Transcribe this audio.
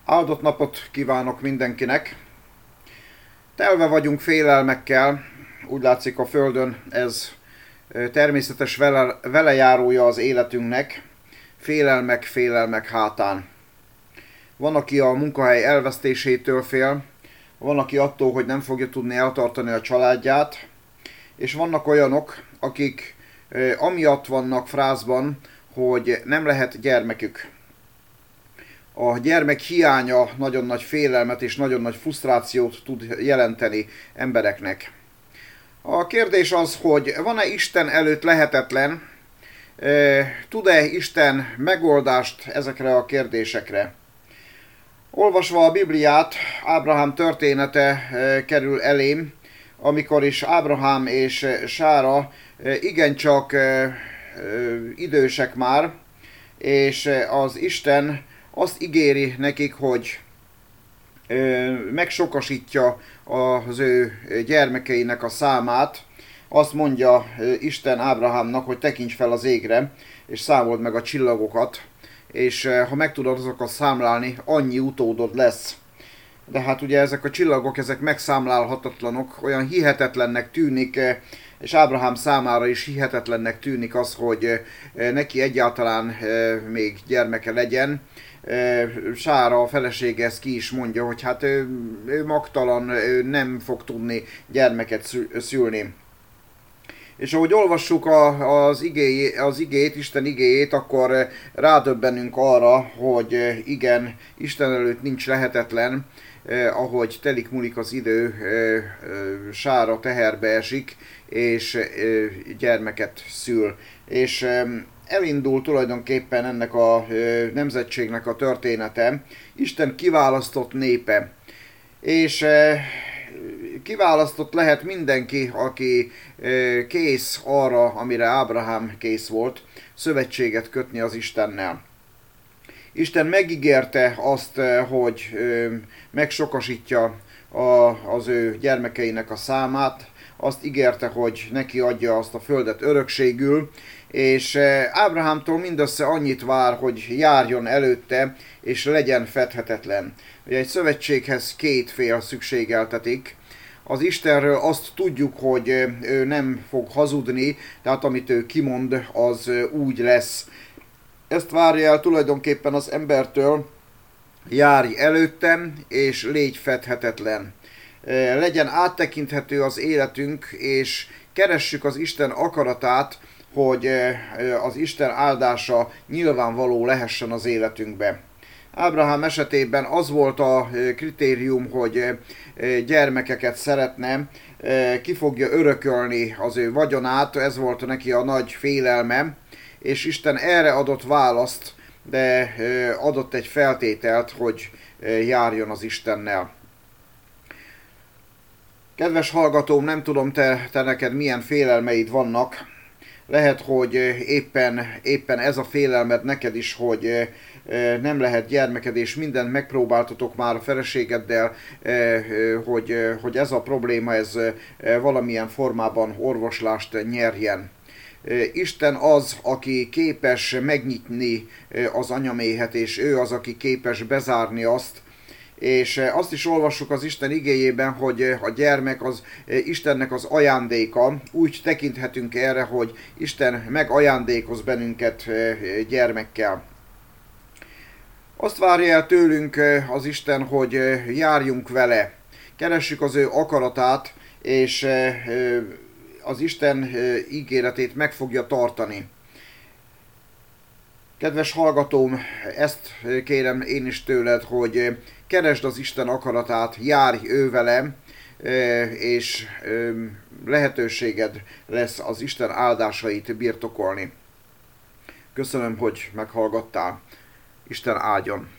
Áldott napot kívánok mindenkinek! Telve vagyunk félelmekkel, úgy látszik a Földön ez természetes velejárója az életünknek, félelmek hátán. Van, aki a munkahely elvesztésétől fél, van, aki attól, hogy nem fogja tudni eltartani a családját, és vannak olyanok, akik amiatt vannak frázban, hogy nem lehet gyermekük. A gyermek hiánya nagyon nagy félelmet és nagyon nagy frusztrációt tud jelenteni embereknek. A kérdés az, hogy van-e Isten előtt lehetetlen, tud-e Isten megoldást ezekre a kérdésekre? Olvasva a Bibliát, Ábrahám története kerül elém, amikor is Ábrahám és Sára igencsak idősek már, és az Isten azt ígéri nekik, hogy megsokasítja az ő gyermekeinek a számát. Azt mondja Isten Ábrahámnak, hogy tekints fel az égre, és számold meg a csillagokat, és ha meg tudod azokat számlálni, annyi utódod lesz. De hát ugye ezek a csillagok, ezek megszámlálhatatlanok, olyan hihetetlennek tűnik, és Ábrahám számára is hihetetlennek tűnik az, hogy neki egyáltalán még gyermeke legyen. Sára, a felesége ezt ki is mondja, hogy hát ő magtalan, ő nem fog tudni gyermeket szülni. És ahogy olvassuk az igét, Isten igéjét, akkor rádöbbenünk arra, hogy igen, Isten előtt nincs lehetetlen, ahogy telik múlik az idő, Sára teherbe esik, és gyermeket szül. És elindul tulajdonképpen ennek a nemzetségnek a története, Isten kiválasztott népe. És kiválasztott lehet mindenki, aki kész arra, amire Ábrahám kész volt, szövetséget kötni az Istennel. Isten megígérte azt, hogy megsokasítja az ő gyermekeinek a számát, azt ígérte, hogy neki adja azt a földet örökségül, és Ábrahámtól mindössze annyit vár, hogy járjon előtte, és legyen fedhetetlen. Ugye egy szövetséghez két fél szükségeltetik. Az Istenről azt tudjuk, hogy ő nem fog hazudni, tehát amit ő kimond, az úgy lesz. Ezt várja el tulajdonképpen az embertől, járj előttem, és légy fedhetetlen. Legyen áttekinthető az életünk, és keressük az Isten akaratát, hogy az Isten áldása nyilvánvaló lehessen az életünkbe. Ábrahám esetében az volt a kritérium, hogy gyermekeket szeretne, ki fogja örökölni az ő vagyonát, ez volt neki a nagy félelme, és Isten erre adott választ, de adott egy feltételt, hogy járjon az Istennel. Kedves hallgatóm, nem tudom, te neked milyen félelmeid vannak. Lehet, hogy éppen ez a félelmed neked is, hogy nem lehet gyermeked, és mindent megpróbáltatok már a feleségeddel, hogy ez a probléma ez valamilyen formában orvoslást nyerjen. Isten az, aki képes megnyitni az anyaméhet, és ő az, aki képes bezárni azt, és azt is olvassuk az Isten igéjében, hogy a gyermek az Istennek az ajándéka. Úgy tekinthetünk erre, hogy Isten megajándékoz bennünket gyermekkel. Azt várja el tőlünk az Isten, hogy járjunk vele. Keressük az ő akaratát, és az Isten ígéretét meg fogja tartani. Kedves hallgatóm, ezt kérem én is tőled, hogy keresd az Isten akaratát, járj ő vele, és lehetőséged lesz az Isten áldásait birtokolni. Köszönöm, hogy meghallgattál. Isten áldjon!